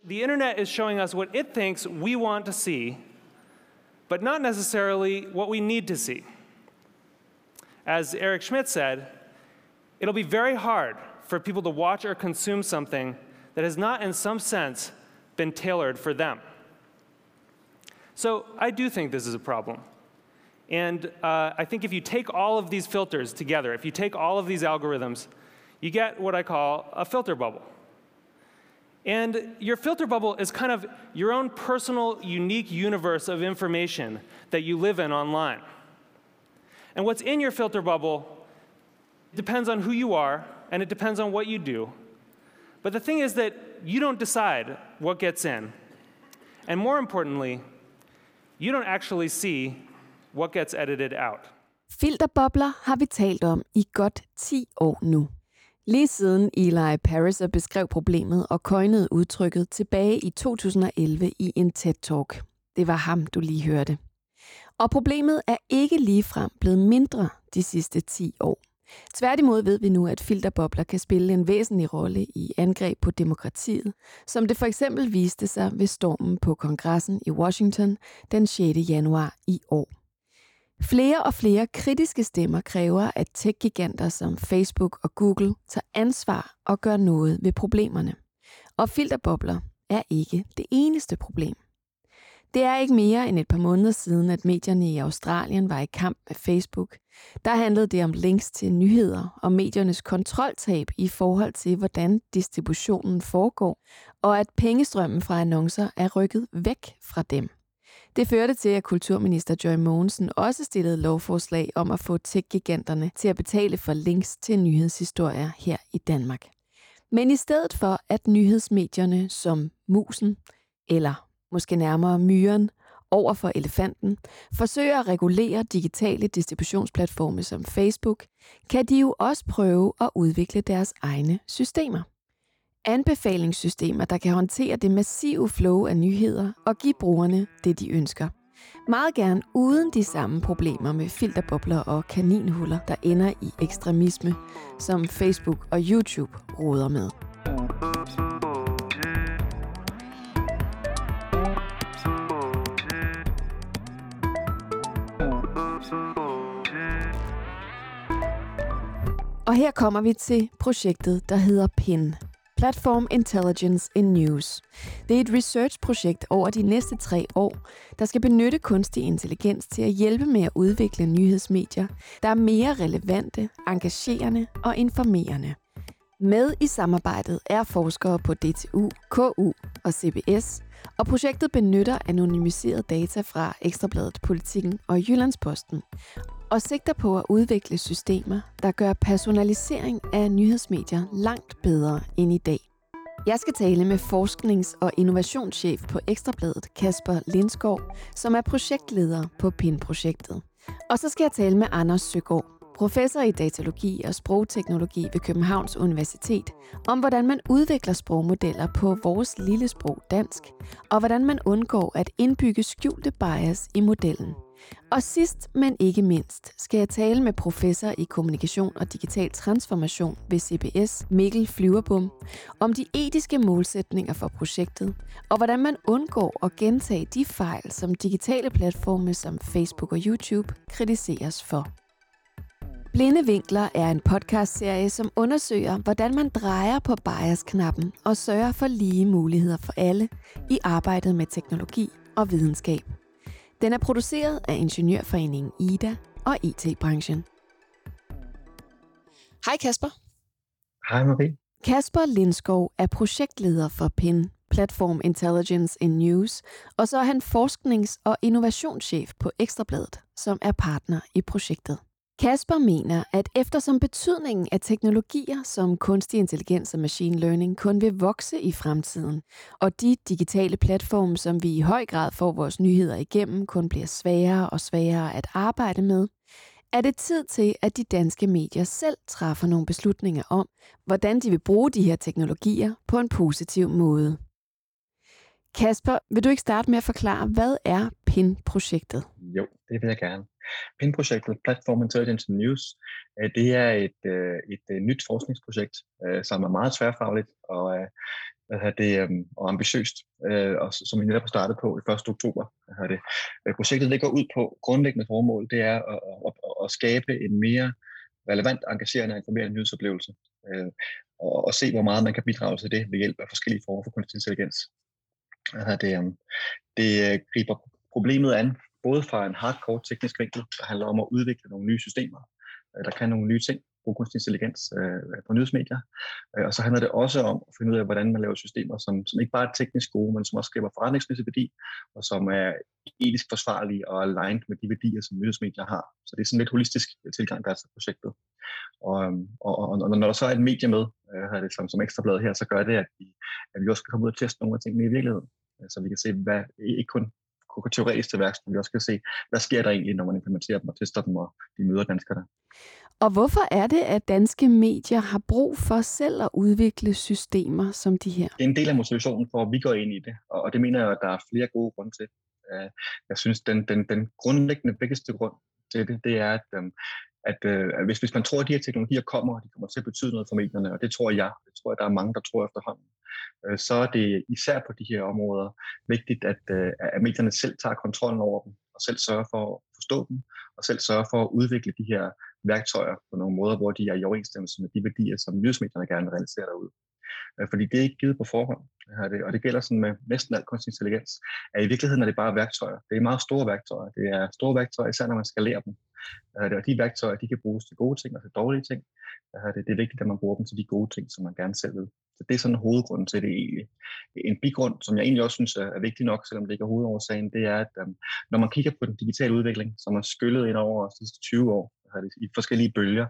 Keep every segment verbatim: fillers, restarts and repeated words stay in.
The internet is showing us what it thinks we want to see, but not necessarily what we need to see. As Eric Schmidt said, it'll be very hard for people to watch or consume something that has not, in some sense, been tailored for them. So I do think this is a problem. And uh, I think if you take all of these filters together, if you take all of these algorithms, you get what I call a filter bubble. And your filter bubble is kind of your own personal, unique universe of information that you live in online. And what's in your filter bubble depends on who you are, and it depends on what you do. But the thing is that you don't decide what gets in. And more importantly, you don't actually see what gets edited out. Filterbobler har vi talt om i godt ti år nu. Lige siden Eli Pariser beskrev problemet og coinede udtrykket tilbage i to tusind og elleve i en TED-talk. Det var ham, du lige hørte. Og problemet er ikke ligefrem blevet mindre de sidste ti år. Tværtimod ved vi nu, at filterbobler kan spille en væsentlig rolle i angreb på demokratiet, som det for eksempel viste sig ved stormen på Kongressen i Washington den sjette januar i år. Flere og flere kritiske stemmer kræver, at tech-giganter som Facebook og Google tager ansvar og gør noget ved problemerne. Og filterbobler er ikke det eneste problem. Det er ikke mere end et par måneder siden, at medierne i Australien var i kamp med Facebook. Der handlede det om links til nyheder og mediernes kontroltab i forhold til, hvordan distributionen foregår, og at pengestrømmen fra annoncer er rykket væk fra dem. Det førte til, at kulturminister Joy Mogensen også stillede lovforslag om at få tech-giganterne til at betale for links til nyhedshistorier her i Danmark. Men i stedet for, at nyhedsmedierne som Musen, eller måske nærmere Myren, over for elefanten, forsøger at regulere digitale distributionsplatforme som Facebook, kan de jo også prøve at udvikle deres egne systemer. Anbefalingssystemer, der kan håndtere det massive flow af nyheder og give brugerne det, de ønsker. Meget gerne uden de samme problemer med filterbobler og kaninhuller, der ender i ekstremisme, som Facebook og YouTube roder med. Og her kommer vi til projektet, der hedder P I N. Platform Intelligence in News. Det er et research-projekt over de næste tre år, der skal benytte kunstig intelligens til at hjælpe med at udvikle nyhedsmedier, der er mere relevante, engagerende og informerende. Med i samarbejdet er forskere på D T U, K U og C B S, og projektet benytter anonymiseret data fra Ekstrabladet, Politikken og Jyllandsposten, og sigter på at udvikle systemer, der gør personalisering af nyhedsmedier langt bedre end i dag. Jeg skal tale med forsknings- og innovationschef på Ekstrabladet, Kasper Lindskov, som er projektleder på P I N-projektet. Og så skal jeg tale med Anders Søgaard, professor i datalogi og sprogteknologi ved Københavns Universitet, om hvordan man udvikler sprogmodeller på vores lille sprog dansk, og hvordan man undgår at indbygge skjulte bias i modellen. Og sidst, men ikke mindst, skal jeg tale med professor i kommunikation og digital transformation ved C B S, Mikkel Flyverbom, om de etiske målsætninger for projektet, og hvordan man undgår at gentage de fejl, som digitale platforme som Facebook og YouTube kritiseres for. Blinde Vinkler er en podcastserie, som undersøger, hvordan man drejer på bias-knappen og sørger for lige muligheder for alle i arbejdet med teknologi og videnskab. Den er produceret af Ingeniørforeningen I D A og I T-branchen. Hej Kasper. Hej Marie. Kasper Lindskov er projektleder for P I N, Platform Intelligence in News, og så er han forsknings- og innovationschef på Ekstrabladet, som er partner i projektet. Kasper mener, at eftersom betydningen af teknologier som kunstig intelligens og machine learning kun vil vokse i fremtiden, og de digitale platforme, som vi i høj grad får vores nyheder igennem, kun bliver sværere og sværere at arbejde med, er det tid til, at de danske medier selv træffer nogle beslutninger om, hvordan de vil bruge de her teknologier på en positiv måde. Kasper, vil du ikke starte med at forklare, hvad er P P I N-projektet? Jo, det vil jeg gerne. P I N-projektet, Platform Intelligence and News, øh, det er et, øh, et, et nyt forskningsprojekt, øh, som er meget tværfagligt og, øh, hvad hedder det, øh, og ambitiøst, øh, og som vi netop har startet på i første oktober. Hvad hedder det. Øh, Projektet det går ud på grundlæggende formål, det er at, at, at, at skabe en mere relevant, engagerende og informerende nyhedsoplevelse, øh, og, og se, hvor meget man kan bidrage til det ved hjælp af forskellige former for kunstig intelligens. Hvad hedder det, øh, det øh, griber problemet an, både fra en hardcore teknisk vinkel, der handler om at udvikle nogle nye systemer, øh, der kan nogle nye ting, bruge kunstig intelligens øh, på nyhedsmedier. Øh, og så handler det også om at finde ud af, hvordan man laver systemer, som, som ikke bare er teknisk gode, men som også skaber forretningsmæssig værdi, og som er etisk forsvarlige og aligned med de værdier, som nyhedsmedier har. Så det er sådan lidt holistisk tilgang, der er til projektet. Og, og, og, og når der så er et medie med, øh, det, som, som Ekstrabladet her, så gør det, at vi, at vi også kan komme ud og teste nogle af tingene i virkeligheden. Så vi kan se, hvad ikke kun gå teoretisk til værks, men vi også kan se, hvad sker der egentlig, når man implementerer dem og tester dem, og de møder danskerne. Og hvorfor er det, at danske medier har brug for selv at udvikle systemer som de her? Det er en del af motivationen for, at vi går ind i det, og det mener jeg, at der er flere gode grunde til. Jeg synes, den, den, den grundlæggende vigtigste grund til det, det er, at, at, at hvis, hvis man tror, at de her teknologier kommer, og de kommer til at betyde noget for medierne, og det tror jeg, det tror jeg, der er mange, der tror efterhånden, så er det især på de her områder vigtigt, at, at medierne selv tager kontrollen over dem, og selv sørger for at forstå dem, og selv sørger for at udvikle de her værktøjer på nogle måder, hvor de er i overensstemmelse med de værdier, som nyhedsmedierne gerne vil realisere derude. Fordi det er ikke givet på forhånd, og det gælder sådan med næsten al kunstig intelligens, at i virkeligheden er det bare værktøjer. Det er meget store værktøjer. Det er store værktøjer, især når man skalerer dem. Og de værktøjer, de kan bruges til gode ting og til dårlige ting. Det er vigtigt, at man bruger dem til de gode ting, som man gerne selv vil. Så det er sådan hovedgrunden til det egentlig. En bigrund, som jeg egentlig også synes er vigtig nok, selvom det ikke er hovedårsagen, det er, at um, når man kigger på den digitale udvikling, som er skyllet ind over de sidste tyve år i forskellige bølger,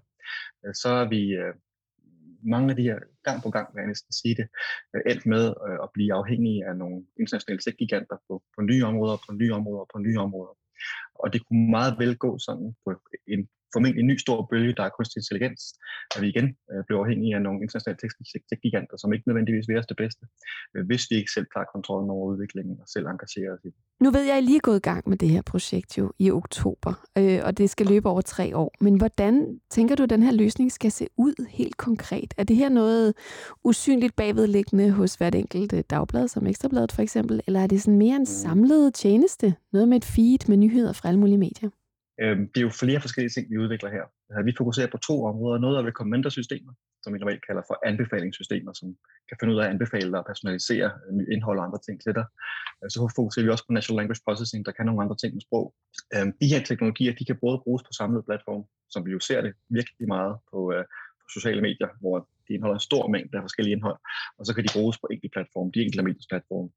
så er vi uh, mange af de her, gang på gang, vil jeg næsten sige det, uh, endt med uh, at blive afhængige af nogle internationale tech-giganter på, på nye områder, på nye områder, på nye områder. Og det kunne meget vel gå sådan på en formentlig en ny stor bølge, der er kunstig intelligens, at vi igen øh, bliver afhængige af nogle internationale tech-giganter, som ikke nødvendigvis vil os det bedste, øh, hvis vi ikke selv tager kontrollen over udviklingen og selv engagerer os i det. Nu ved jeg, at I lige er gået i gang med det her projekt jo i oktober, øh, og det skal løbe over tre år. Men hvordan tænker du, at den her løsning skal se ud helt konkret? Er det her noget usynligt bagvedliggende hos hvert enkelt dagblad, som Ekstrabladet for eksempel, eller er det sådan mere en samlet tjeneste? Noget med et feed med nyheder fra alle mulige medier? Det er jo flere forskellige ting, vi udvikler her. Vi fokuserer på to områder. Noget er recommender-systemer, som vi normalt kalder for anbefalingssystemer, som kan finde ud af at anbefale dig og personalisere indhold og andre ting til dig. Så fokuserer vi også på natural language processing, der kan nogle andre ting med sprog. De her teknologier, de kan både bruges på samlede platforme, som vi jo ser det virkelig meget på, på sociale medier, hvor de indeholder en stor mængde af forskellige indhold, og så kan de bruges på enkelte platforme, de enkelte mediers platforme.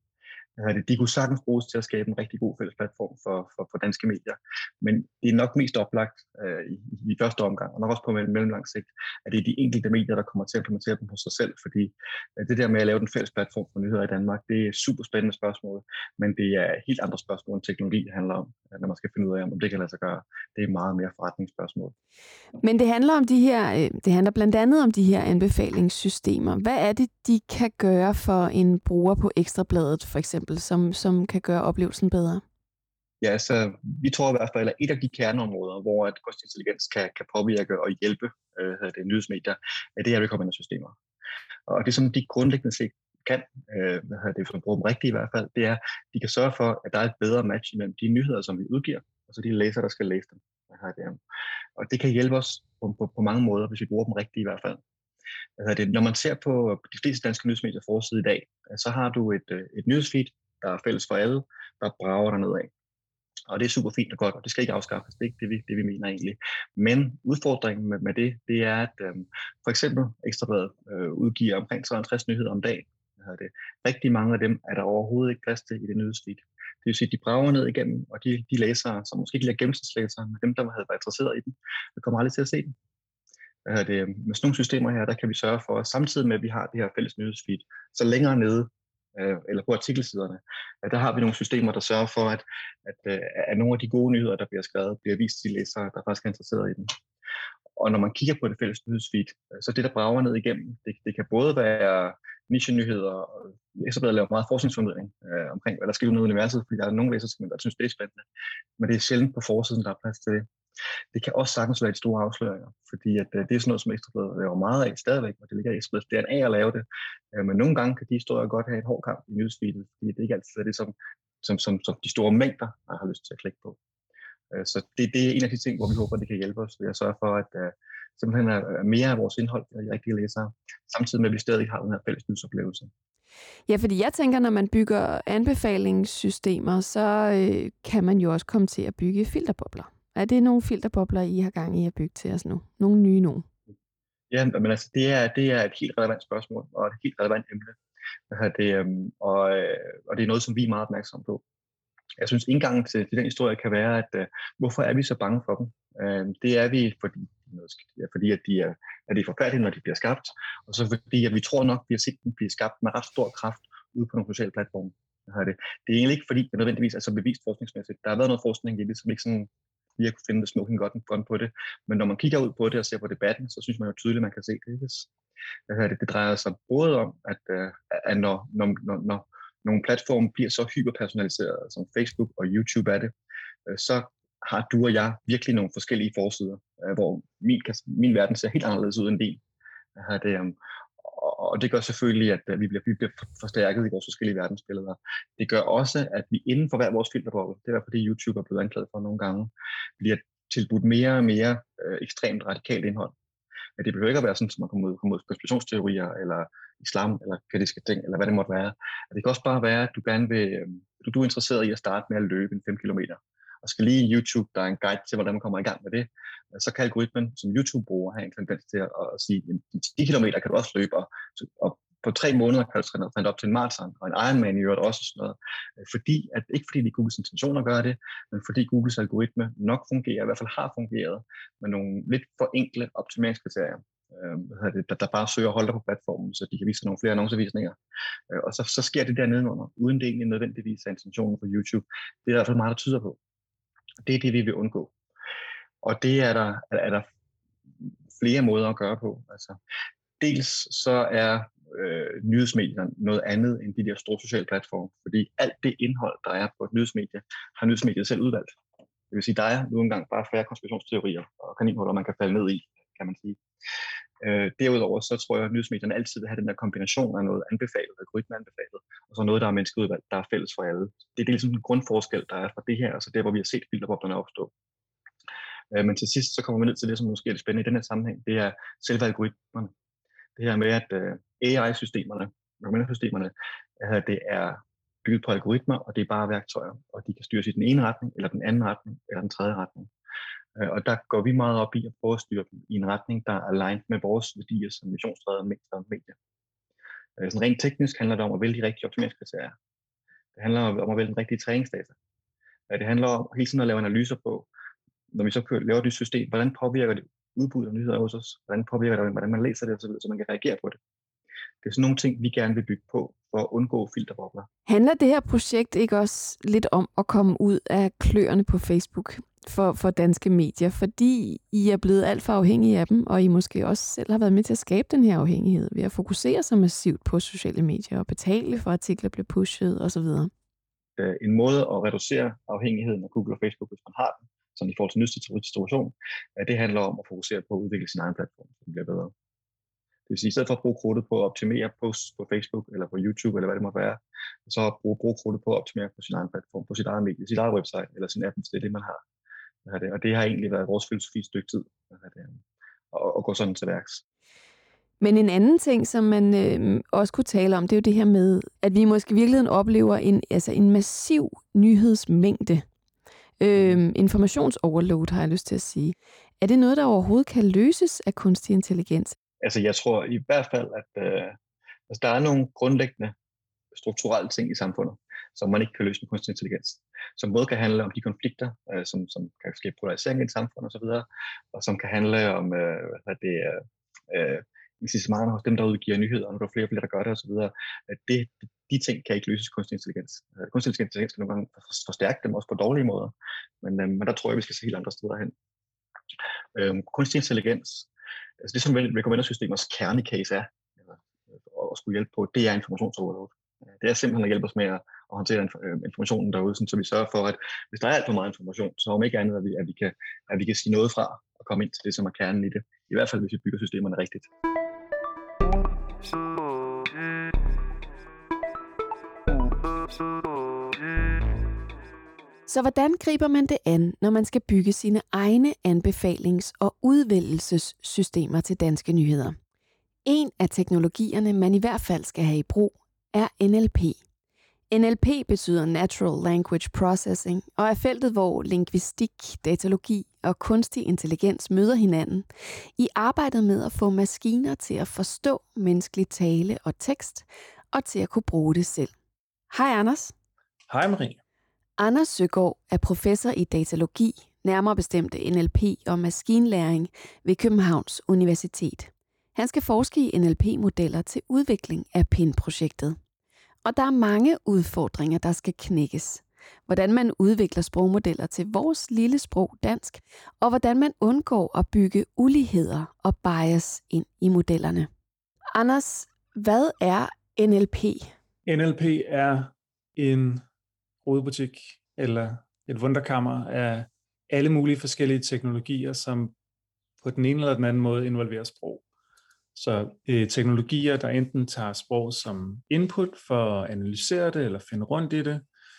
De kunne sagtens bruges til at skabe en rigtig god fælles platform for, for, for danske medier. Men det er nok mest oplagt øh, i, i første omgang, og nok også på mellemlang sigt, at det er de enkelte medier, der kommer til at implementere dem på sig selv. Fordi øh, det der med at lave den fælles platform for nyheder i Danmark, det er et super spændende spørgsmål, men det er helt andre spørgsmål end teknologi, det handler om, når man skal finde ud af, om det kan lade sig gøre. Det er meget mere forretningsspørgsmål. Men det handler om de her, det handler blandt andet om de her anbefalingssystemer. Hvad er det, de kan gøre for en bruger på Ekstrabladet, for eksempel? Som, som kan gøre oplevelsen bedre? Ja, så vi tror i hvert fald, at et af de kerneområder, hvor at kunstig intelligens kan, kan påvirke og hjælpe øh, det nyhedsmedier, er det her recommender-systemer. Og det, som de grundlæggende set kan, øh, det som bruger dem rigtigt i hvert fald, det er, at de kan sørge for, at der er et bedre match mellem de nyheder, som vi udgiver, og så de læsere, der skal læse dem. Og det kan hjælpe os på, på, på mange måder, hvis vi bruger dem rigtigt i hvert fald. Når man ser på de fleste danske nyhedsmedier forside i dag, så har du et, et nyhedsfeed, der er fælles for alle, der brager der nedad. Og det er super fint og godt, og det skal ikke afskaffes. Det er ikke det, vi, det, vi mener egentlig. Men udfordringen med, med det, det er, at øhm, for eksempel Ekstrabladet øh, udgiver omkring tre hundrede og halvtreds nyheder om dagen. Det. Rigtig mange af dem er der overhovedet ikke plads til i det nyhedsfeed. Det vil sige, at de brager ned igennem, og de, de læsere, som måske ikke er gennemsnitslæsere, men dem, der havde været interesseret i dem, de kommer aldrig til at se dem. Det, med sådan nogle systemer her, der kan vi sørge for, at samtidig med, at vi har det her fælles nyhedsfeed, så længere nede, øh, eller på artikelsiderne, øh, der har vi nogle systemer, der sørger for, at, at, øh, at nogle af de gode nyheder, der bliver skrevet, bliver vist til de læsere, der faktisk er interesseret i dem. Og når man kigger på det fælles nyhedsfeed, øh, så det, der brager ned igennem, det, det kan både være niche-nyheder, og Ekstrabladet laver meget forskningsformidling øh, omkring, hvad der sker ude i universet, fordi der er nogle læsere, der synes, det er spændende. Men det er sjældent på forsiden, der er plads til det. Det kan også sagtens være de store afsløringer, fordi at, øh, det er sådan noget, som Ekstrabladet laver meget af stadigvæk, og det ligger i Ekstrabladets D N A at lave det. Øh, men nogle gange kan de historier godt have et hård kamp i newsfeedet, fordi det ikke altid er det, som, som, som, som de store mængder har lyst til at klikke på. Øh, så det, det er en af de ting, hvor vi håber, det kan hjælpe os ved at sørge for, at øh, simpelthen er mere af vores indhold til de rigtige læsere, samtidig med, at vi stadig har den her fælles nyhedsoplevelse. Ja, fordi jeg tænker, når man bygger anbefalingssystemer, så øh, kan man jo også komme til at bygge filterbobler. Er det nogle filterbobler, I har gang i at bygge til os nu? Nogle nye nogen? Ja, men altså, det er, det er et helt relevant spørgsmål, og et helt relevant emne. Det, øhm, og, og det er noget, som vi er meget opmærksomme på. Jeg synes, indgangen til, til den historie kan være, at uh, hvorfor er vi så bange for dem? Uh, det er vi, fordi, ja, fordi at de er, at de er forfærdelige, når de bliver skabt, og så fordi, at vi tror nok, at vi har set dem blive skabt med ret stor kraft ude på nogle sociale platforme. Det. det er egentlig ikke, fordi det nødvendigvis er så bevist forskningsmæssigt. Der har været noget forskning i det, som ikke sådan lige at kunne finde det smoking gun på det. Men når man kigger ud på det og ser på debatten, så synes man jo tydeligt, at man kan se det. Ikke? Det, det drejer sig både om, at, at når, når, når, når nogle platforme bliver så hyperpersonaliserede, som Facebook og YouTube er det, så har du og jeg virkelig nogle forskellige forsider, hvor min, min verden ser helt anderledes ud end din. Det, og det gør selvfølgelig, at vi bliver, vi bliver forstærket i vores forskellige verdensbilleder. Det gør også, at vi inden for hver vores filterboble, det er fordi YouTube er blevet anklaget for nogle gange, bliver tilbudt mere og mere øh, ekstremt radikalt indhold. Men det behøver ikke at være sådan, at man kommer ud, kommer ud konspirationsteorier, eller islam, eller kritiske ting, eller hvad det måtte være. Og det kan også bare være, at du gerne vil, øh, du, du er interesseret i at starte med at løbe en fem kilometer, og skal lige i YouTube, der er en guide til, hvordan man kommer i gang med det, så kan algoritmen, som YouTube bruger, have en tendens til at, at sige, at ti kilometer kan du også løbe, og, og på tre måneder kan du træne op til en maraton, og en Ironman i øvrigt også sådan noget. Fordi, at, ikke fordi det er Googles intention at gøre det, men fordi Googles algoritme nok fungerer, i hvert fald har fungeret, med nogle lidt for enkle optimeringskriterier, øh, der, der bare søger at holde dig på platformen, så de kan vise nogle flere annoncevisninger. Øh, og så, så sker det der nedenunder, uden det egentlig nødvendigvis er intentionen for YouTube. Det er i hvert fald meget, der tyder på. Det er det, vi vil undgå. Og det er der, er der flere måder at gøre på. Altså, dels så er øh, nyhedsmedier noget andet end de der store sociale platforme, fordi alt det indhold, der er på et nyhedsmedie, har nyhedsmediet selv udvalgt. Det vil sige, der er nu engang bare færre konspirationsteorier og kaninhuller, man kan falde ned i, kan man sige. Øh, derudover så tror jeg, at nyhedsmedierne altid vil have den der kombination af noget anbefalet, algoritmeanbefalet, og så noget, der er menneskeudvalgt, der er fælles for alle. Det, det er ligesom en grundforskel, der er fra det her, altså der, hvor vi har set filterboblerne opstå. Øh, men til sidst, så kommer vi ned til det, som måske er det spændende i den her sammenhæng, det er selve algoritmerne. Det her med, at uh, A I-systemerne, recommender-systemerne, uh, det er bygget på algoritmer, og det er bare værktøjer, og de kan styres i den ene retning, eller den anden retning, eller den tredje retning. Uh, og der går vi meget op i at prøve at styre dem i en retning, der er aligned med vores værdier som missionsdrevet medier. Uh, sådan rent teknisk handler det om at vælge de rigtige optimeringskriterier. Det handler om at vælge den rigtige træningsdata. Uh, det handler om hele tiden at lave analyser på, når vi så laver et nyt system, hvordan påvirker det udbud af nyheder hos os, hvordan påvirker det, hvordan man læser det, så, så man kan reagere på det. Det er sådan nogle ting, vi gerne vil bygge på, for at undgå filterbobler. Handler det her projekt ikke også lidt om at komme ud af kløerne på Facebook for, for danske medier, fordi I er blevet alt for afhængige af dem, og I måske også selv har været med til at skabe den her afhængighed ved at fokusere så massivt på sociale medier og betale for artikler bliver pushet osv.? En måde at reducere afhængigheden af Google og Facebook, hvis man har den, som i forhold til nyhedsdistribution, det handler om at fokusere på at udvikle sin egen platform, så det bliver bedre. Det vil sige, i stedet for at bruge krudtet på at optimere posts på Facebook eller på YouTube, eller hvad det må være, så bruge, bruge krudtet på at optimere på sin egen platform, på sit eget medie, sit eget website eller sin app, det er det, man har. Og det har egentlig været vores filosofi et stykke tid, at gå sådan til værks. Men en anden ting, som man øh, også kunne tale om, det er jo det her med, at vi måske i virkeligheden oplever en, altså en massiv nyhedsmængde. Øhm, informationsoverload, har jeg lyst til at sige. Er det noget, der overhovedet kan løses af kunstig intelligens? Altså, jeg tror i hvert fald, at øh, altså, der er nogle grundlæggende strukturelle ting i samfundet, som man ikke kan løse med kunstig intelligens. Som både kan handle om de konflikter, øh, som, som kan skabe polarisering i et samfund osv., og, og som kan handle om øh, hvad det er, øh, incitamenter hos dem, der udgiver nyheder, og når der er flere og flere, der gør det osv. Det, de ting kan ikke løses kunstig intelligens. Kunstig intelligens kan nogle gange forstærke dem, også på dårlige måder, men, øh, men der tror jeg, vi skal se helt andre steder hen. Øh, kunstig intelligens, altså det som recommender-systemers kernecase er, at skulle hjælpe på, det er informationsoverload. Det er simpelthen at hjælpe os med at, at håndtere informationen derude, så vi sørger for, at hvis der er alt for meget information, så om ikke andet, at vi, at vi, kan, at vi kan sige noget fra og komme ind til det, som er kernen i det. I hvert fald, hvis vi bygger systemerne rigtigt. Så hvordan griber man det an, når man skal bygge sine egne anbefalings- og udvælgelsessystemer til danske nyheder? En af teknologierne, man i hvert fald skal have i brug, er N L P. N L P betyder Natural Language Processing og er feltet, hvor lingvistik, datalogi og kunstig intelligens møder hinanden i arbejdet med at få maskiner til at forstå menneskelig tale og tekst og til at kunne bruge det selv. Hej Anders. Hej Marie. Anders Søgaard er professor i datalogi, nærmere bestemt N L P og maskinlæring ved Københavns Universitet. Han skal forske i N L P-modeller til udvikling af P I N-projektet. Og der er mange udfordringer, der skal knækkes. Hvordan man udvikler sprogmodeller til vores lille sprog dansk, og hvordan man undgår at bygge uligheder og bias ind i modellerne. Anders, hvad er N L P? N L P er en rodebutik eller et wunderkammer af alle mulige forskellige teknologier, som på den ene eller den anden måde involverer sprog. Så øh, teknologier, der enten tager sprog som input for at analysere det eller finde rundt i det,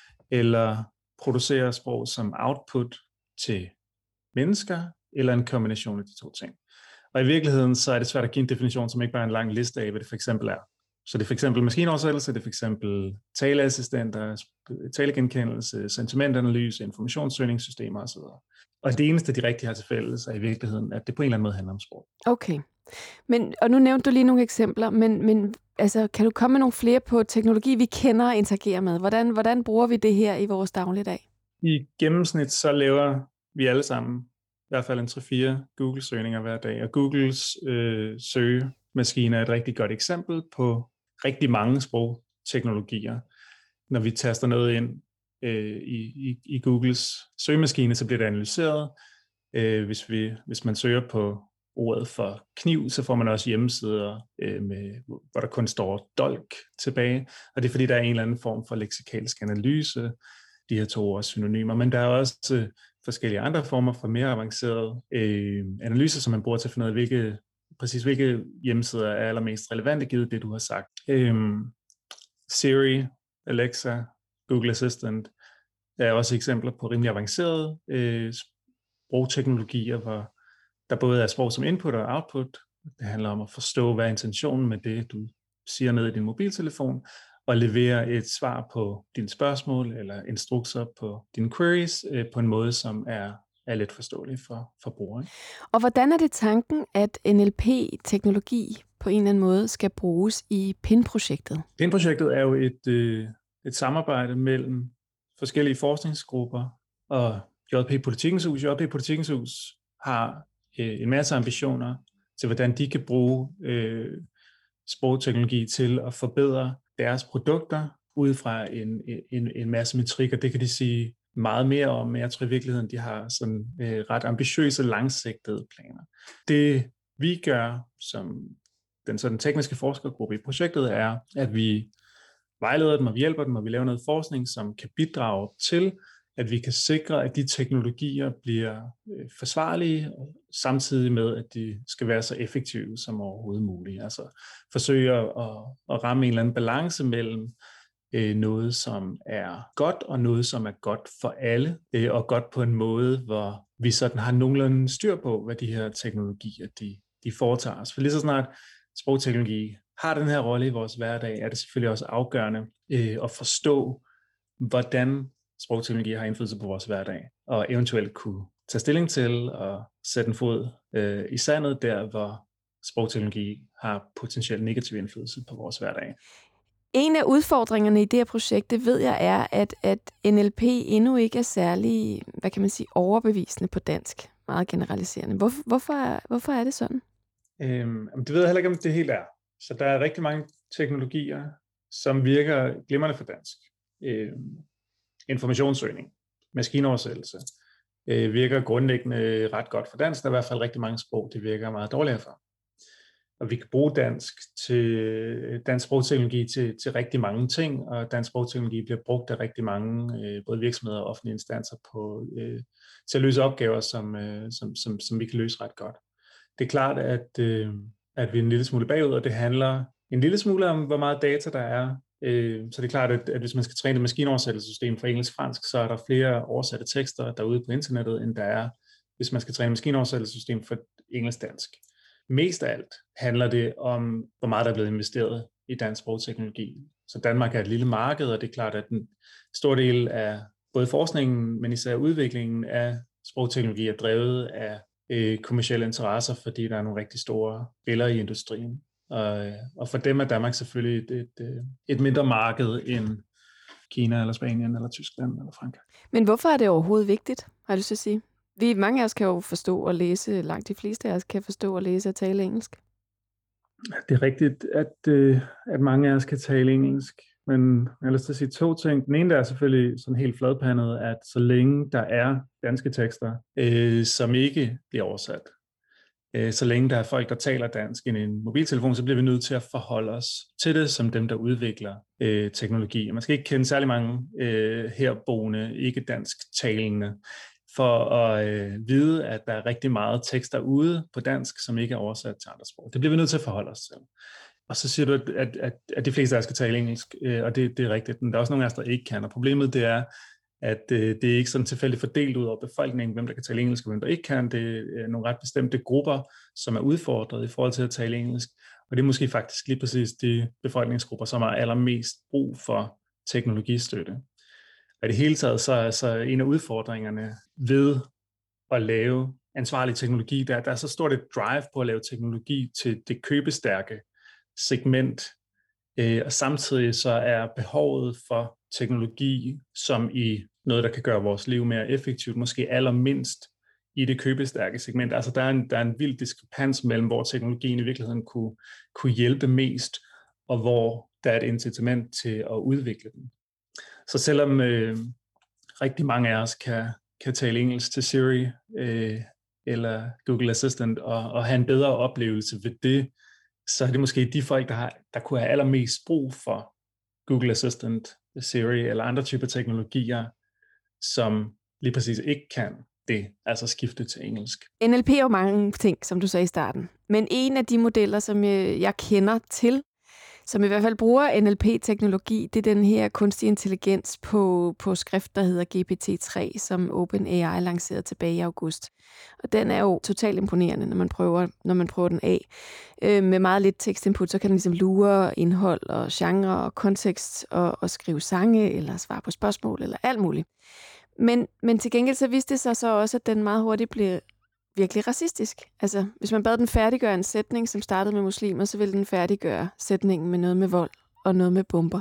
eller producerer sprog som output til mennesker, eller en kombination af de to ting. Og i virkeligheden så er det svært at give en definition, som ikke bare er en lang liste af, hvad det for eksempel er. Så det er for eksempel maskinoversættelse, det er for eksempel taleassistenter, talegenkendelse, sentimentanalyse, informationssøgningssystemer osv. Og det eneste, de rigtig har til fælles, er i virkeligheden, at det på en eller anden måde handler om sprog. Okay. Men, og nu nævnte du lige nogle eksempler, men, men altså, kan du komme med nogle flere på teknologi, vi kender og interagerer med? Hvordan, hvordan bruger vi det her i vores dagligdag? I gennemsnit så laver vi alle sammen i hvert fald en tre fire Google-søgninger hver dag, og Googles øh, søgemaskine er et rigtig godt eksempel på rigtig mange sprogteknologier. Når vi taster noget ind øh, i, i, i Googles søgemaskine, så bliver det analyseret. Øh, hvis, vi, hvis man søger på ordet for kniv, så får man også hjemmesider, øh, med, hvor der kun står dolk tilbage, og det er fordi, der er en eller anden form for leksikalsk analyse. De her to ord er synonymer, men der er også øh, forskellige andre former for mere avancerede øh, analyser, som man bruger til at finde ud af, hvilke, præcis hvilke hjemmesider er allermest relevante, givet det, du har sagt. Øh, Siri, Alexa, Google Assistant er også eksempler på rimelig avancerede øh, sprogteknologier, hvor der både er sprog som input og output. Det handler om at forstå, hvad er intentionen med det, du siger ned i din mobiltelefon, og levere et svar på dine spørgsmål eller instrukser på dine queries øh, på en måde, som er, er let forståelig for, for brugeren. Og hvordan er det tanken, at N L P-teknologi på en eller anden måde skal bruges i P I N-projektet? P I N-projektet er jo et, øh, et samarbejde mellem forskellige forskningsgrupper og J P Politikens Hus. J P Politikens Hus har øh, en masse ambitioner til, hvordan de kan bruge øh, sprogteknologi til at forbedre deres produkter ud fra en, en, en masse metrikker. Det kan de sige meget mere om, men jeg tror i virkeligheden, de har sådan øh, ret ambitiøse, langsigtede planer. Det vi gør som den sådan tekniske forskergruppe i projektet er, at vi vejleder dem, og vi hjælper dem, og vi laver noget forskning, som kan bidrage til, at vi kan sikre, at de teknologier bliver øh, forsvarlige, samtidig med, at de skal være så effektive som overhovedet muligt. Altså forsøge at, at ramme en eller anden balance mellem øh, noget, som er godt, og noget, som er godt for alle, øh, og godt på en måde, hvor vi sådan har nogenlunde styr på, hvad de her teknologier de, de foretager os. For lige så snart sprogteknologi har den her rolle i vores hverdag, er det selvfølgelig også afgørende øh, at forstå, hvordan sprogteknologi har indflydelse på vores hverdag, og eventuelt kunne tage stilling til og sætte en fod øh, i sandet der, hvor sprogteknologi har potentielt negativ indflydelse på vores hverdag. En af udfordringerne i det her projekt, det ved jeg, er, at, at N L P endnu ikke er særlig, hvad kan man sige, overbevisende på dansk. Meget generaliserende. Hvor, hvorfor, hvorfor er det sådan? Øhm, det ved jeg heller ikke, om det helt er. Så der er rigtig mange teknologier, som virker glimrende for dansk. Øhm, informationssøgning, maskinoversættelse, øh, virker grundlæggende ret godt for dansk. Der er i hvert fald rigtig mange sprog, det virker meget dårligere for. og vi kan bruge dansk til dansk sprogteknologi til, til rigtig mange ting, og dansk sprogteknologi bliver brugt af rigtig mange, øh, både virksomheder og offentlige instanser, på, øh, til at løse opgaver, som, øh, som, som, som vi kan løse ret godt. Det er klart, at, øh, at vi er en lille smule bagud, og det handler en lille smule om, hvor meget data der er. Øh, så det er klart, at, at hvis man skal træne et maskinoversættelsessystem fra engelsk-fransk, så er der flere oversatte tekster derude på internettet, end der er, hvis man skal træne et maskinoversættelsessystem for engelsk-dansk. Mest af alt handler det om, hvor meget der er blevet investeret i dansk sprogteknologi. Så Danmark er et lille marked, og det er klart, at en stor del af både forskningen, men især udviklingen af sprogteknologi er drevet af øh, kommercielle interesser, fordi der er nogle rigtig store spillere i industrien. Og, og for dem er Danmark selvfølgelig et, et, et mindre marked end Kina, eller Spanien, eller Tyskland, eller Frankrig. Men hvorfor er det overhovedet vigtigt, har du lyst til at sige? Vi, mange af os kan jo forstå og læse, langt de fleste af os kan forstå og læse og tale engelsk. Det er rigtigt, at, at mange af os kan tale engelsk, men jeg har lyst til at sige to ting. Den ene der er selvfølgelig sådan helt fladpandet, at så længe der er danske tekster, øh, som ikke bliver oversat, øh, så længe der er folk, der taler dansk i en mobiltelefon, så bliver vi nødt til at forholde os til det som dem, der udvikler øh, teknologi. Man skal ikke kende særlig mange øh, herboende, ikke dansk talende, for at øh, vide, at der er rigtig meget tekst derude på dansk, som ikke er oversat til andre sprog. Det bliver vi nødt til at forholde os til. Og så siger du, at, at, at, at de fleste af os skal tale engelsk, øh, og det, det er rigtigt, men der er også nogle af os, der ikke kan. Og problemet det er, at øh, det er ikke sådan tilfældigt fordelt ud over befolkningen, hvem der kan tale engelsk og hvem der ikke kan. Det er nogle ret bestemte grupper, som er udfordret i forhold til at tale engelsk. Og det er måske faktisk lige præcis de befolkningsgrupper, som har allermest brug for teknologistøtte. Og i det hele taget, så er så en af udfordringerne ved at lave ansvarlig teknologi, der, der er så stort et drive på at lave teknologi til det købestærke segment, øh, og samtidig så er behovet for teknologi, som i noget, der kan gøre vores liv mere effektivt, måske allermindst i det købestærke segment. Altså der er en, der er en vild diskrepans mellem, hvor teknologien i virkeligheden kunne, kunne hjælpe mest, og hvor der er et incitament til at udvikle den. Så selvom øh, rigtig mange af os kan, kan tale engelsk til Siri øh, eller Google Assistant og, og have en bedre oplevelse ved det, så er det måske de folk, der, har, der kunne have allermest brug for Google Assistant, Siri eller andre typer teknologier, som lige præcis ikke kan det, altså skifte til engelsk. N L P er jo mange ting, som du sagde i starten. Men en af de modeller, som jeg kender til, som i hvert fald bruger N L P-teknologi, det er den her kunstig intelligens på, på skrift, der hedder G P T tre, som OpenAI lancerede tilbage i august. Og den er jo totalt imponerende, når man prøver, når man prøver den af. Øh, med meget lidt tekstinput, så kan den ligesom lure indhold og genre og kontekst og, og skrive sange eller svare på spørgsmål eller alt muligt. Men, men til gengæld så viste det sig så også, at den meget hurtigt blev virkelig racistisk. Altså, hvis man bad den færdiggøre en sætning, som startede med muslimer, så ville den færdiggøre sætningen med noget med vold og noget med bomber.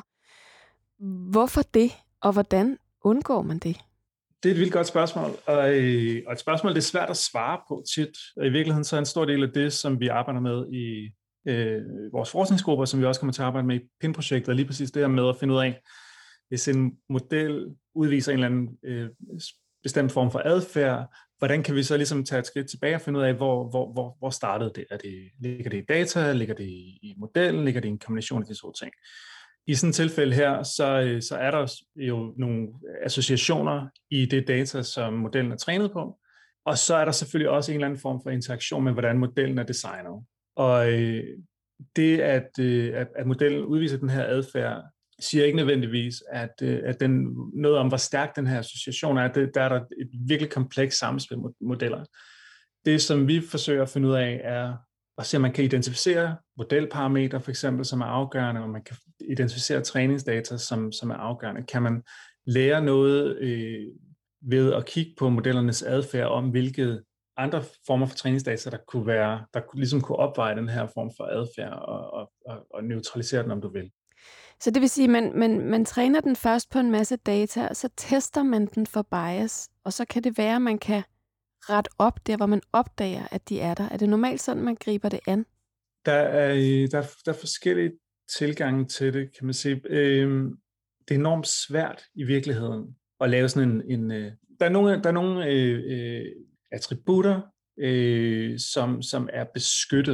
Hvorfor det, og hvordan undgår man det? Det er et vildt godt spørgsmål, og, øh, og et spørgsmål, det er svært at svare på tit. Og i virkeligheden så er en stor del af det, som vi arbejder med i øh, vores forskningsgrupper, som vi også kommer til at arbejde med i P I N-projektet, er lige præcis det her med at finde ud af, hvis en model udviser en eller anden øh, bestemt form for adfærd, hvordan kan vi så ligesom tage et skridt tilbage og finde ud af, hvor, hvor, hvor, hvor startede det? Er det? Ligger det i data? Ligger det i modellen? Ligger det i en kombination af de to ting? I sådan et tilfælde her, så, så er der jo nogle associationer i det data, som modellen er trænet på, og så er der selvfølgelig også en eller anden form for interaktion med, hvordan modellen er designet. Og det, at, at modellen udviser den her adfærd, siger ikke nødvendigvis, at, at den, noget om, hvor stærk den her association er, det, der er der et virkelig komplekst samspil med modeller. Det, som vi forsøger at finde ud af, er at se, om man kan identificere modelparametre, for eksempel, som er afgørende, og man kan identificere træningsdata, som, som er afgørende. Kan man lære noget øh, ved at kigge på modellernes adfærd om, hvilke andre former for træningsdata, der kunne være, der ligesom kunne opveje den her form for adfærd og, og, og, og neutralisere den, om du vil. Så det vil sige, at man, man, man træner den først på en masse data, og så tester man den for bias, og så kan det være, at man kan rette op der, hvor man opdager, at de er der. Er det normalt sådan, man griber det an? Der er, der, der er forskellige tilgange til det, kan man sige. Øhm, det er enormt svært i virkeligheden at lave sådan en... en øh, der er nogle, der er nogle øh, øh, attributter, øh, som, som er beskyttet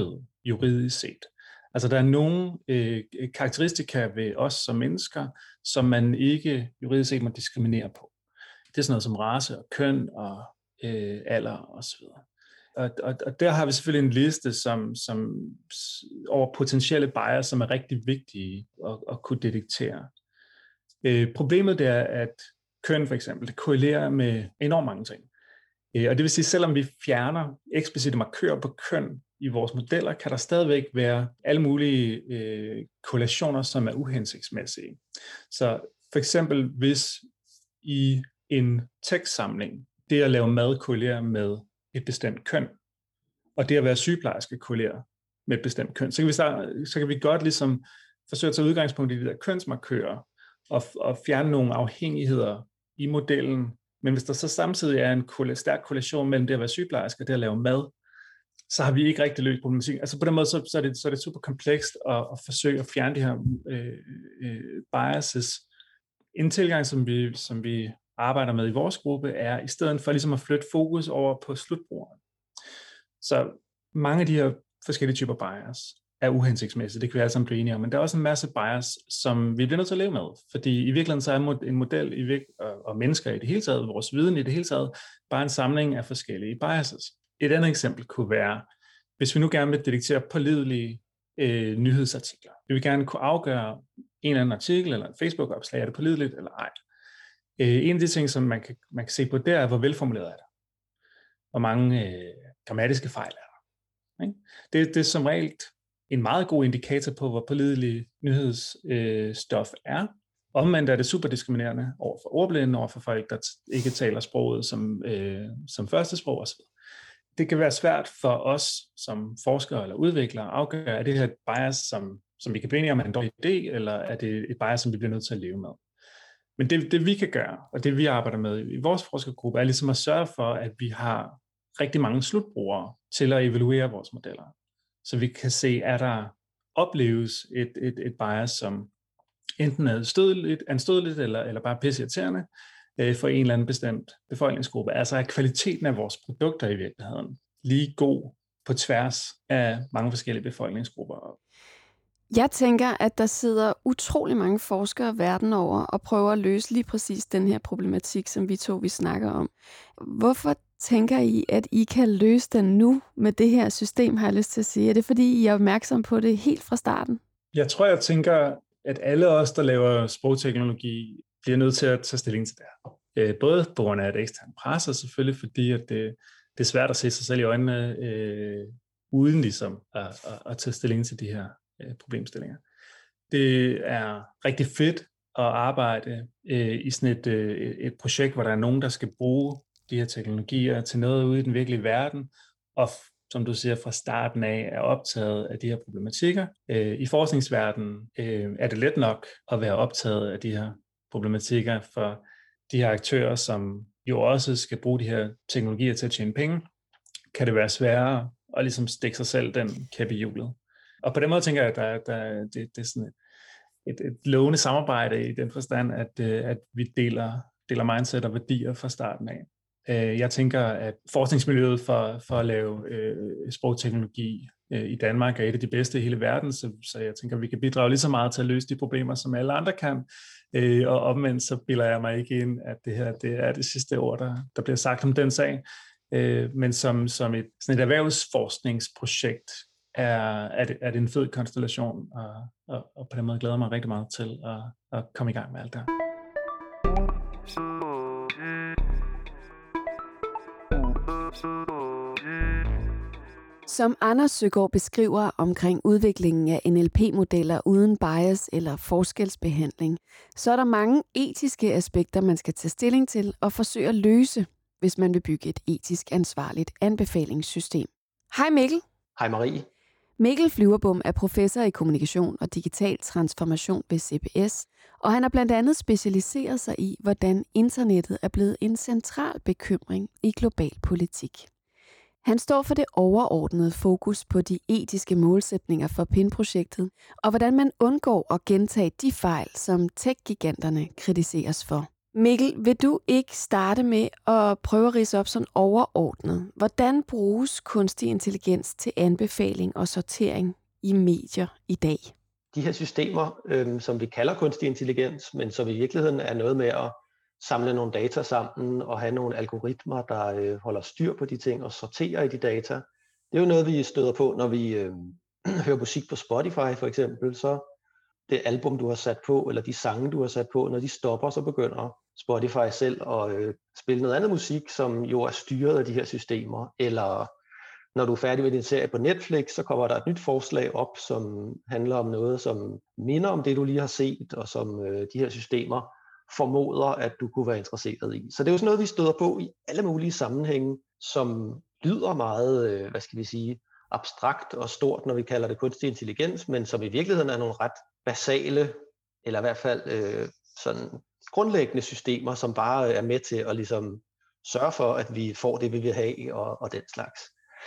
juridisk set. Altså der er nogle øh, karakteristika ved os som mennesker, som man ikke juridisk set må diskriminere på. Det er sådan noget som race og køn og øh, alder og så videre. Og, og, og der har vi selvfølgelig en liste som, som, over potentielle bias, som er rigtig vigtige at, at kunne detektere. Øh, problemet det er, at køn for eksempel, det korrelerer med enormt mange ting. Øh, og det vil sige, selvom vi fjerner eksplicite markører på køn i vores modeller, kan der stadigvæk være alle mulige øh, korrelationer, som er uhensigtsmæssige. Så for eksempel, hvis i en tekstsamling, det at lave mad korrelerer med et bestemt køn, og det at være sygeplejerske korrelerer med et bestemt køn, så kan vi, starte, så kan vi godt ligesom forsøge at tage udgangspunkt i de der kønsmarkører, og, og fjerne nogle afhængigheder i modellen. Men hvis der så samtidig er en stærk korrelation mellem det at være sygeplejerske og det at lave mad, så har vi ikke rigtig løst problematikken. Altså på den måde, så, så, er, det, så er det super komplekst at, at forsøge at fjerne de her øh, øh, biases. En tilgang, som vi, som vi arbejder med i vores gruppe, er i stedet for ligesom at flytte fokus over på slutbrugeren. Så mange af de her forskellige typer bias er uhensigtsmæssige, det kan vi alle sammen blive enige om, men der er også en masse bias, som vi bliver nødt til at leve med, fordi i virkeligheden så er en model i virke- og mennesker i det hele taget, vores viden i det hele taget, bare en samling af forskellige biases. Et andet eksempel kunne være, hvis vi nu gerne vil detektere pålidelige øh, nyhedsartikler. Vi vil gerne kunne afgøre en eller anden artikel eller en Facebook-opslag, er det pålideligt eller ej. Øh, en af de ting, som man kan, man kan se på, det er, hvor velformuleret er det. Hvor mange øh, grammatiske fejl er der. Ikke? Det, det er som regel en meget god indikator på, hvor pålidelig nyhedsstof øh, er. Omvendt er det super diskriminerende over for ordblinde, over for folk, der t- ikke taler sproget som, øh, som første sprog osv. Det kan være svært for os som forskere eller udviklere at afgøre, er det her et bias, som, som vi kan blive enige om er en dårlig idé, eller er det et bias, som vi bliver nødt til at leve med. Men det, det vi kan gøre, og det vi arbejder med i vores forskergruppe, er ligesom at sørge for, at vi har rigtig mange slutbrugere til at evaluere vores modeller. Så vi kan se, er der opleves et, et, et bias, som enten er stødeligt, anstødeligt eller, eller bare pisseirriterende øh, for en eller anden bestemt befolkningsgruppe. Altså er kvaliteten af vores produkter i virkeligheden lige god på tværs af mange forskellige befolkningsgrupper. Jeg tænker, at der sidder utrolig mange forskere verden over og prøver at løse lige præcis den her problematik, som vi to vi snakker om. Hvorfor tænker I, at I kan løse den nu med det her system, har jeg lyst til at sige? Er det fordi, I er opmærksom på det helt fra starten? Jeg tror, jeg tænker, at alle os, der laver sprogteknologi, bliver nødt til at tage stilling til det her. Både på grund af et eksternt pres, og selvfølgelig fordi, at det, det er svært at se sig selv i øjnene, øh, uden ligesom at, at, at tage stilling til de her øh, problemstillinger. Det er rigtig fedt at arbejde øh, i sådan et, øh, et projekt, hvor der er nogen, der skal bruge de her teknologier til noget ude i den virkelige verden, og som du siger, fra starten af er optaget af de her problematikker. I forskningsverdenen er det let nok at være optaget af de her problematikker for de her aktører, som jo også skal bruge de her teknologier til at tjene penge. Kan det være sværere at ligesom stikke sig selv den kæp i hjulet. Og på den måde tænker jeg, at der, der, det, det er sådan et, et lovende samarbejde i den forstand, at, at vi deler, deler mindset og værdier fra starten af. Jeg tænker, at forskningsmiljøet for, for at lave øh, sprogteknologi øh, i Danmark er et af de bedste i hele verden, så, så jeg tænker, at vi kan bidrage lige så meget til at løse de problemer, som alle andre kan. Øh, og omvendt så bilder jeg mig ikke ind, at det her det er det sidste ord, der, der bliver sagt om den sag. Øh, men som, som et, sådan et erhvervsforskningsprojekt er, er, det, er det en fed konstellation, og, og, og på den måde glæder jeg mig rigtig meget til at, at komme i gang med alt det. Som Anders Søgaard beskriver omkring udviklingen af N L P-modeller uden bias eller forskelsbehandling, så er der mange etiske aspekter, man skal tage stilling til og forsøge at løse, hvis man vil bygge et etisk ansvarligt anbefalingssystem. Hej Mikkel. Hej Marie. Mikkel Flyverbom er professor i kommunikation og digital transformation ved C B S, og han har blandt andet specialiseret sig i, hvordan internettet er blevet en central bekymring i global politik. Han står for det overordnede fokus på de etiske målsætninger for P I N-projektet, og hvordan man undgår at gentage de fejl, som tech-giganterne kritiseres for. Mikkel, vil du ikke starte med at prøve at ridse op sådan overordnet? Hvordan bruges kunstig intelligens til anbefaling og sortering i medier i dag? De her systemer, øhm, som vi kalder kunstig intelligens, men som i virkeligheden er noget med at samle nogle data sammen og have nogle algoritmer, der øh, holder styr på de ting og sorterer i de data. Det er jo noget, vi støder på, når vi øh, hører musik på Spotify for eksempel. Så det album, du har sat på, eller de sange, du har sat på, når de stopper, så begynder Spotify selv at øh, spille noget andet musik, som jo er styret af de her systemer. Eller når du er færdig med din serie på Netflix, så kommer der et nyt forslag op, som handler om noget, som minder om det, du lige har set, og som øh, de her systemer formoder, at du kunne være interesseret i. Så det er jo sådan noget, vi støder på i alle mulige sammenhænge, som lyder meget, øh, hvad skal vi sige, abstrakt og stort, når vi kalder det kunstig intelligens, men som i virkeligheden er nogle ret basale, eller i hvert fald øh, sådan grundlæggende systemer, som bare er med til at ligesom sørge for, at vi får det, vi vil have, og, og den slags.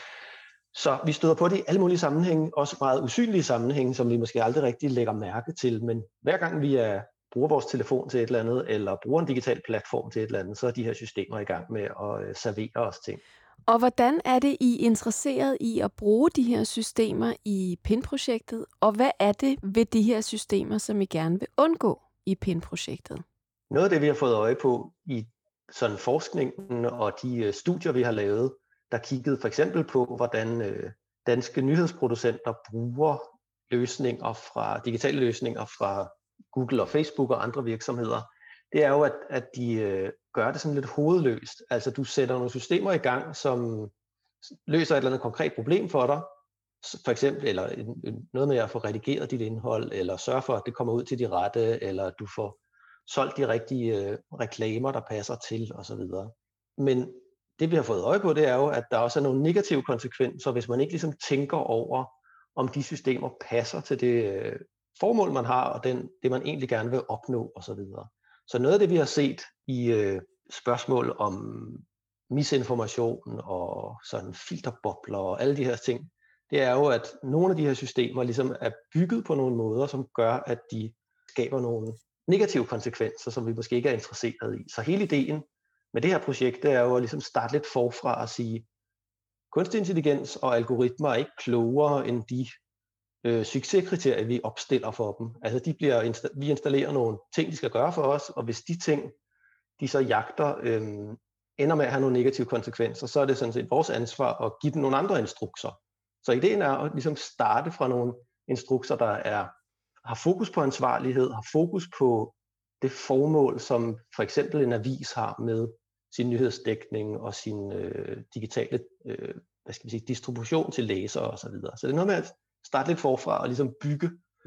Så vi støder på det i alle mulige sammenhænge, også meget usynlige sammenhænge, som vi måske aldrig rigtig lægger mærke til, men hver gang vi er, bruger vores telefon til et eller andet, eller bruger en digital platform til et eller andet, så er de her systemer i gang med at øh, servere os ting. Og hvordan er det, I er interesseret i at bruge de her systemer i P I N-projektet, og hvad er det ved de her systemer, som I gerne vil undgå i P I N-projektet? Noget af det, vi har fået øje på i sådan forskningen og de studier, vi har lavet, der kiggede for eksempel på, hvordan øh, danske nyhedsproducenter bruger løsninger fra, digitale løsninger fra Google og Facebook og andre virksomheder, det er jo, at, at de øh, gør det sådan lidt hovedløst. Altså du sætter nogle systemer i gang, som løser et eller andet konkret problem for dig, for eksempel eller en, en, noget med at få redigeret dit indhold, eller sørge for, at det kommer ud til de rette, eller at du får solgt de rigtige øh, reklamer, der passer til osv. Men det vi har fået øje på, det er jo, at der også er nogle negative konsekvenser, hvis man ikke ligesom tænker over, om de systemer passer til det øh, formål, man har, og den, det man egentlig gerne vil opnå osv. Så noget af det, vi har set i øh, spørgsmål om misinformation og sådan filterbobler og alle de her ting, det er jo, at nogle af de her systemer ligesom er bygget på nogle måder, som gør, at de skaber nogle negative konsekvenser, som vi måske ikke er interesseret i. Så hele ideen med det her projekt, det er jo at ligesom starte lidt forfra og sige, kunstig intelligens og algoritmer er ikke klogere end de øh, succeskriterier, vi opstiller for dem. Altså de bliver insta- vi installerer nogle ting, de skal gøre for os, og hvis de ting, de så jagter, øh, ender med at have nogle negative konsekvenser, så er det sådan set vores ansvar at give dem nogle andre instrukser. Så ideen er at ligesom starte fra nogle instrukser, der er, har fokus på ansvarlighed, har fokus på det formål, som for eksempel en avis har med sin nyhedsdækning og sin øh, digitale øh, hvad skal vi sige, distribution til læsere osv. Så, så det er noget med at starte lidt forfra og ligesom bygge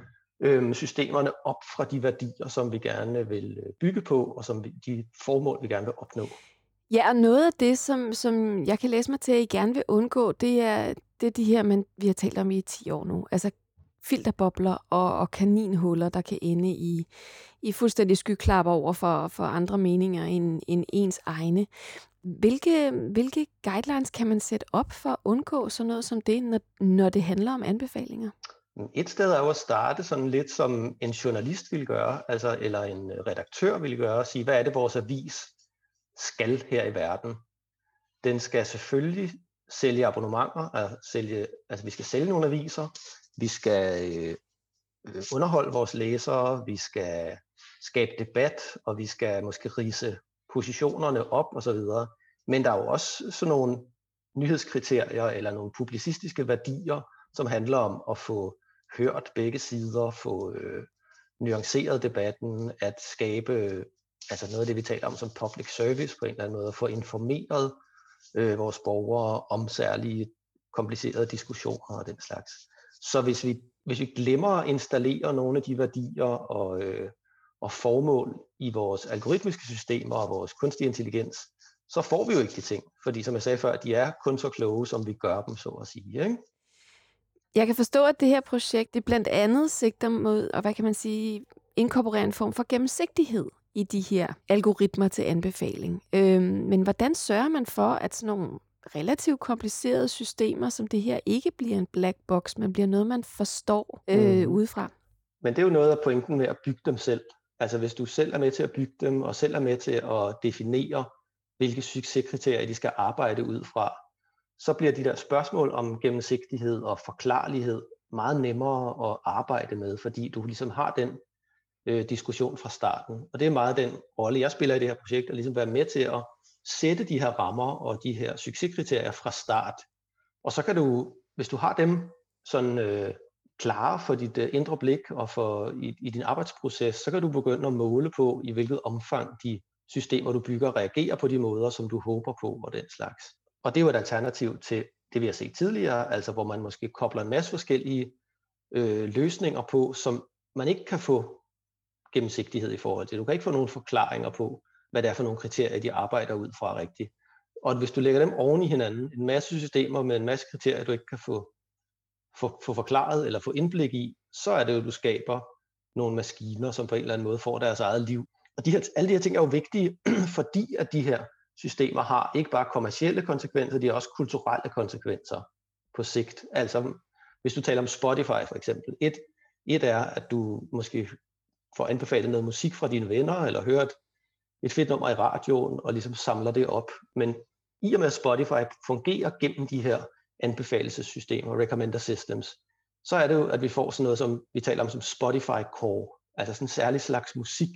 øh, systemerne op fra de værdier, som vi gerne vil bygge på, og som vi, de formål, vi gerne vil opnå. Ja, og noget af det, som, som jeg kan læse mig til, at I gerne vil undgå, det er, det er de her, man, vi har talt om i ti år nu. Altså filterbobler og, og kaninhuller, der kan ende i, i fuldstændig skyklapper over for, for andre meninger end, end ens egne. Hvilke, hvilke guidelines kan man sætte op for at undgå sådan noget som det, når, når det handler om anbefalinger? Et sted er jo at starte sådan lidt som en journalist ville gøre, altså, eller en redaktør ville gøre, og sige, hvad er det, vores avis skal her i verden? Den skal selvfølgelig sælge abonnementer, altså, sælge, altså vi skal sælge nogle aviser, vi skal øh, underholde vores læsere, vi skal skabe debat, og vi skal måske rise positionerne op osv. Men der er jo også sådan nogle nyhedskriterier eller nogle publicistiske værdier, som handler om at få hørt begge sider, få øh, nuanceret debatten, at skabe øh, altså noget af det, vi taler om som public service på en eller anden måde, at få informeret øh, vores borgere om særlige komplicerede diskussioner og den slags. Så hvis vi, hvis vi glemmer at installere nogle af de værdier og, øh, og formål i vores algoritmiske systemer og vores kunstig intelligens, så får vi jo ikke de ting. Fordi som jeg sagde før, de er kun så kloge, som vi gør dem, så at sige. Ikke? Jeg kan forstå, at det her projekt det blandt andet sigter mod, og hvad kan man sige, inkorporere en form for gennemsigtighed i de her algoritmer til anbefaling. Øhm, men hvordan sørger man for, at sådan nogle relativt komplicerede systemer som det her ikke bliver en black box, men bliver noget, man forstår øh, mm. udefra? Men det er jo noget af pointen med at bygge dem selv. Altså hvis du selv er med til at bygge dem, og selv er med til at definere, hvilke succeskriterier de skal arbejde ud fra, så bliver de der spørgsmål om gennemsigtighed og forklarlighed meget nemmere at arbejde med, fordi du ligesom har den øh, diskussion fra starten. Og det er meget den rolle, jeg spiller i det her projekt, at ligesom være med til at sætte de her rammer og de her succeskriterier fra start. Og så kan du, hvis du har dem sådan øh, klare for dit øh, indre blik og for i, i din arbejdsproces, så kan du begynde at måle på, i hvilket omfang de systemer, du bygger, reagerer på de måder, som du håber på og den slags. Og det er jo et alternativ til det, vi har set tidligere, altså hvor man måske kobler en masse forskellige øh, løsninger på, som man ikke kan få gennemsigtighed i forhold til. Du kan ikke få nogen forklaringer på, hvad det er for nogle kriterier, de arbejder ud fra rigtigt. Og hvis du lægger dem oven i hinanden, en masse systemer med en masse kriterier, du ikke kan få, få, få forklaret eller få indblik i, så er det jo, du skaber nogle maskiner, som på en eller anden måde får deres eget liv. Og de her, alle de her ting er jo vigtige, fordi at de her systemer har ikke bare kommercielle konsekvenser, de har også kulturelle konsekvenser på sigt. Altså, hvis du taler om Spotify for eksempel, et, et er, at du måske får anbefalet noget musik fra dine venner, eller hørt et fedt nummer i radioen, og ligesom samler det op. Men i og med at Spotify fungerer gennem de her anbefalelsessystemer, recommender systems, så er det jo, at vi får sådan noget, som vi taler om som Spotify Core, altså sådan en særlig slags musik,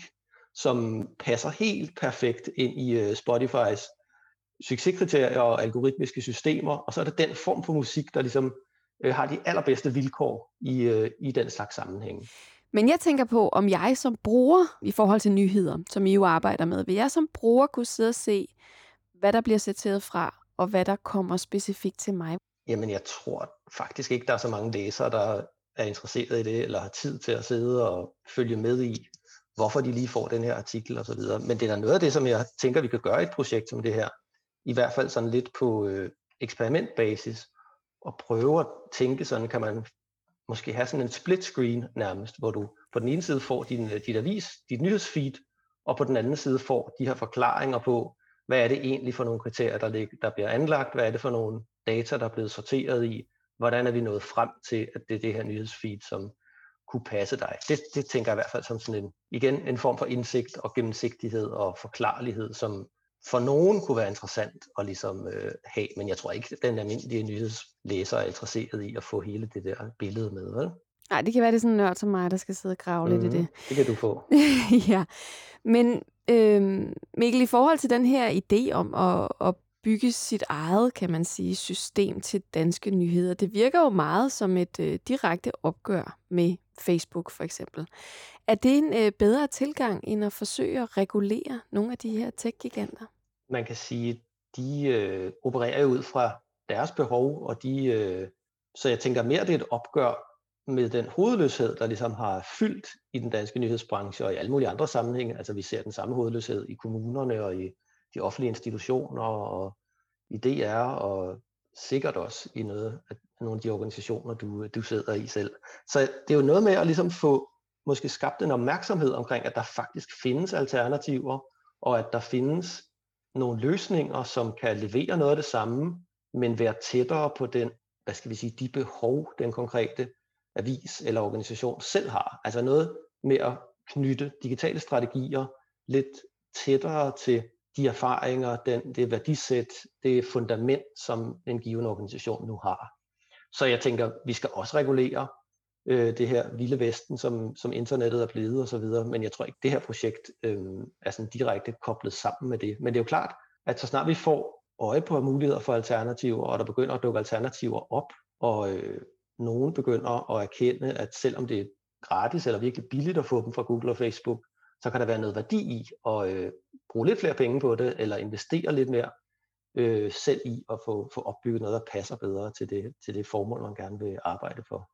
som passer helt perfekt ind i uh, Spotifys succeskriterier og algoritmiske systemer, og så er det den form for musik, der ligesom uh, har de allerbedste vilkår i, uh, i den slags sammenhæng. Men jeg tænker på, om jeg som bruger, i forhold til nyheder, som I jo arbejder med, vil jeg som bruger kunne sidde og se, hvad der bliver sorteret fra, og hvad der kommer specifikt til mig? Jamen, jeg tror faktisk ikke, der er så mange læsere, der er interesseret i det, eller har tid til at sidde og følge med i, hvorfor de lige får den her artikel og så videre. Men det er da noget af det, som jeg tænker, vi kan gøre i et projekt som det her. I hvert fald sådan lidt på øh, eksperimentbasis, og prøve at tænke sådan, kan man måske have sådan en split screen nærmest, hvor du på den ene side får din, dit avis, dit nyhedsfeed, og på den anden side får de her forklaringer på, hvad er det egentlig for nogle kriterier, der, lig, der bliver anlagt, hvad er det for nogle data, der er blevet sorteret i, hvordan er vi nået frem til, at det er det her nyhedsfeed, som kunne passe dig. Det, det tænker jeg i hvert fald som sådan en, igen, en form for indsigt og gennemsigtighed og forklarlighed, som for nogen kunne være interessant at ligesom øh, have, men jeg tror ikke, at den almindelige nyhedslæser er interesseret i at få hele det der billede med, vel? Nej, det kan være, det er sådan en nørd som mig, der skal sidde og grave mm-hmm. lidt i det. Det kan du få. Ja, men øh, Mikkel, i forhold til den her idé om at, at bygge sit eget, kan man sige, system til danske nyheder, det virker jo meget som et øh, direkte opgør med Facebook for eksempel. Er det en øh, bedre tilgang, end at forsøge at regulere nogle af de her tech-giganter? Man kan sige, de øh, opererer ud fra deres behov, og de, øh, så jeg tænker mere, det er et opgør med den hovedløshed, der ligesom har fyldt i den danske nyhedsbranche og i alle mulige andre sammenhænge. Altså vi ser den samme hovedløshed i kommunerne og i de offentlige institutioner og i D R og sikkert også i noget af nogle af de organisationer, du, du sidder i selv. Så det er jo noget med at ligesom få måske skabt en opmærksomhed omkring, at der faktisk findes alternativer, og at der findes nogle løsninger, som kan levere noget af det samme, men være tættere på den, hvad skal vi sige, de behov, den konkrete avis eller organisation selv har. Altså noget med at knytte digitale strategier lidt tættere til de erfaringer, den, det værdisæt, det fundament, som en given organisation nu har. Så jeg tænker, vi skal også regulere øh, det her vilde vesten, som, som internettet er blevet og så videre, men jeg tror ikke, det her projekt øh, er sådan direkte koblet sammen med det. Men det er jo klart, at så snart vi får øje på muligheder for alternativer, og der begynder at dukke alternativer op, og øh, nogen begynder at erkende, at selvom det er gratis eller virkelig billigt at få dem fra Google og Facebook, så kan der være noget værdi i at øh, bruge lidt flere penge på det, eller investere lidt mere øh, selv i at få, få opbygget noget, der passer bedre til det, til det formål, man gerne vil arbejde for.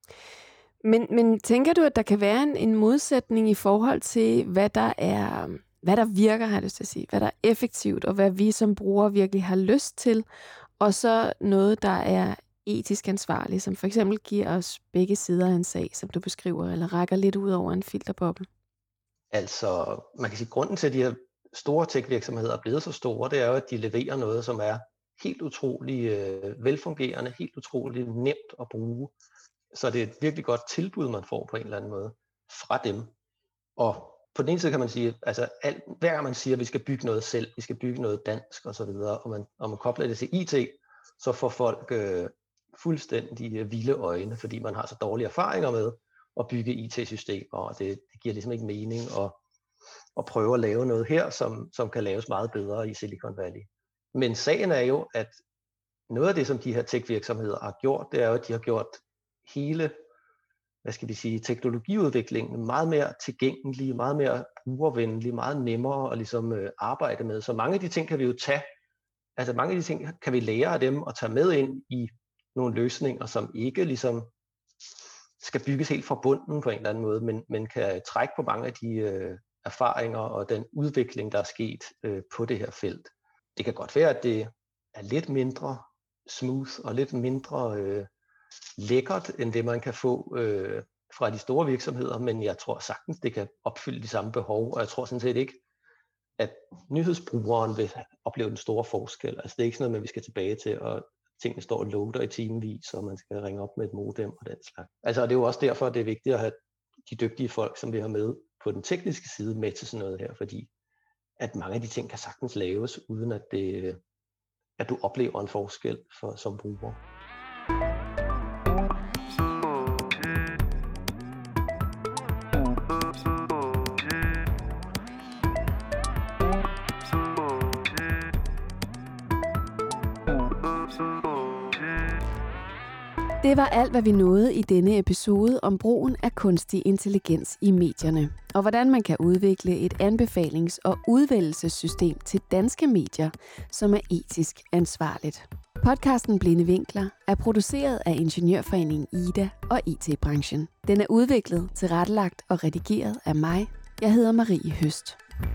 Men, men tænker du, at der kan være en, en modsætning i forhold til, hvad der er, hvad der virker, har jeg lyst til at sige, hvad der er effektivt, og hvad vi som brugere virkelig har lyst til, og så noget, der er etisk ansvarligt, som for eksempel giver os begge sider af en sag, som du beskriver, eller rækker lidt ud over en filterboble? Altså, man kan sige, at grunden til, at de her store tech-virksomheder er blevet så store, det er jo, at de leverer noget, som er helt utrolig øh, velfungerende, helt utrolig nemt at bruge. Så det er et virkelig godt tilbud, man får på en eller anden måde fra dem. Og på den ene side kan man sige, altså alt, hver gang man siger, at vi skal bygge noget selv, vi skal bygge noget dansk og så videre, og man, og man kobler det til I T, så får folk øh, fuldstændig øh, vilde øjne, fordi man har så dårlige erfaringer med at bygge I T-systemer, og det, det giver ligesom ikke mening at, at prøve at lave noget her, som, som kan laves meget bedre i Silicon Valley. Men sagen er jo, at noget af det, som de her tech-virksomheder har gjort, det er jo, at de har gjort hele, hvad skal vi sige, teknologiudviklingen meget mere tilgængelig, meget mere brugervenlig, meget nemmere at ligesom, øh, arbejde med. Så mange af de ting kan vi jo tage, altså mange af de ting kan vi lære af dem og tage med ind i nogle løsninger, som ikke ligesom skal bygges helt fra bunden på en eller anden måde, men, men kan trække på mange af de øh, erfaringer og den udvikling, der er sket øh, på det her felt. Det kan godt være, at det er lidt mindre smooth og lidt mindre øh, lækkert, end det man kan få øh, fra de store virksomheder, men jeg tror sagtens, det kan opfylde de samme behov, og jeg tror sådan set ikke, at nyhedsbrugeren vil opleve den store forskel. Altså det er ikke sådan noget med, at vi skal tilbage til, og tingene står og loader i timevis, og man skal ringe op med et modem og den slags. Altså det er jo også derfor, at det er vigtigt at have de dygtige folk, som vi har med på den tekniske side, med til sådan noget her, fordi at mange af de ting kan sagtens laves, uden at, det, at du oplever en forskel for, som bruger. Det var alt, hvad vi nåede i denne episode om brugen af kunstig intelligens i medierne, og hvordan man kan udvikle et anbefalings- og udvælgelsessystem til danske medier, som er etisk ansvarligt. Podcasten Blinde Vinkler er produceret af Ingeniørforeningen Ida og I T-branchen. Den er udviklet, tilrettelagt og redigeret af mig. Jeg hedder Marie Høst.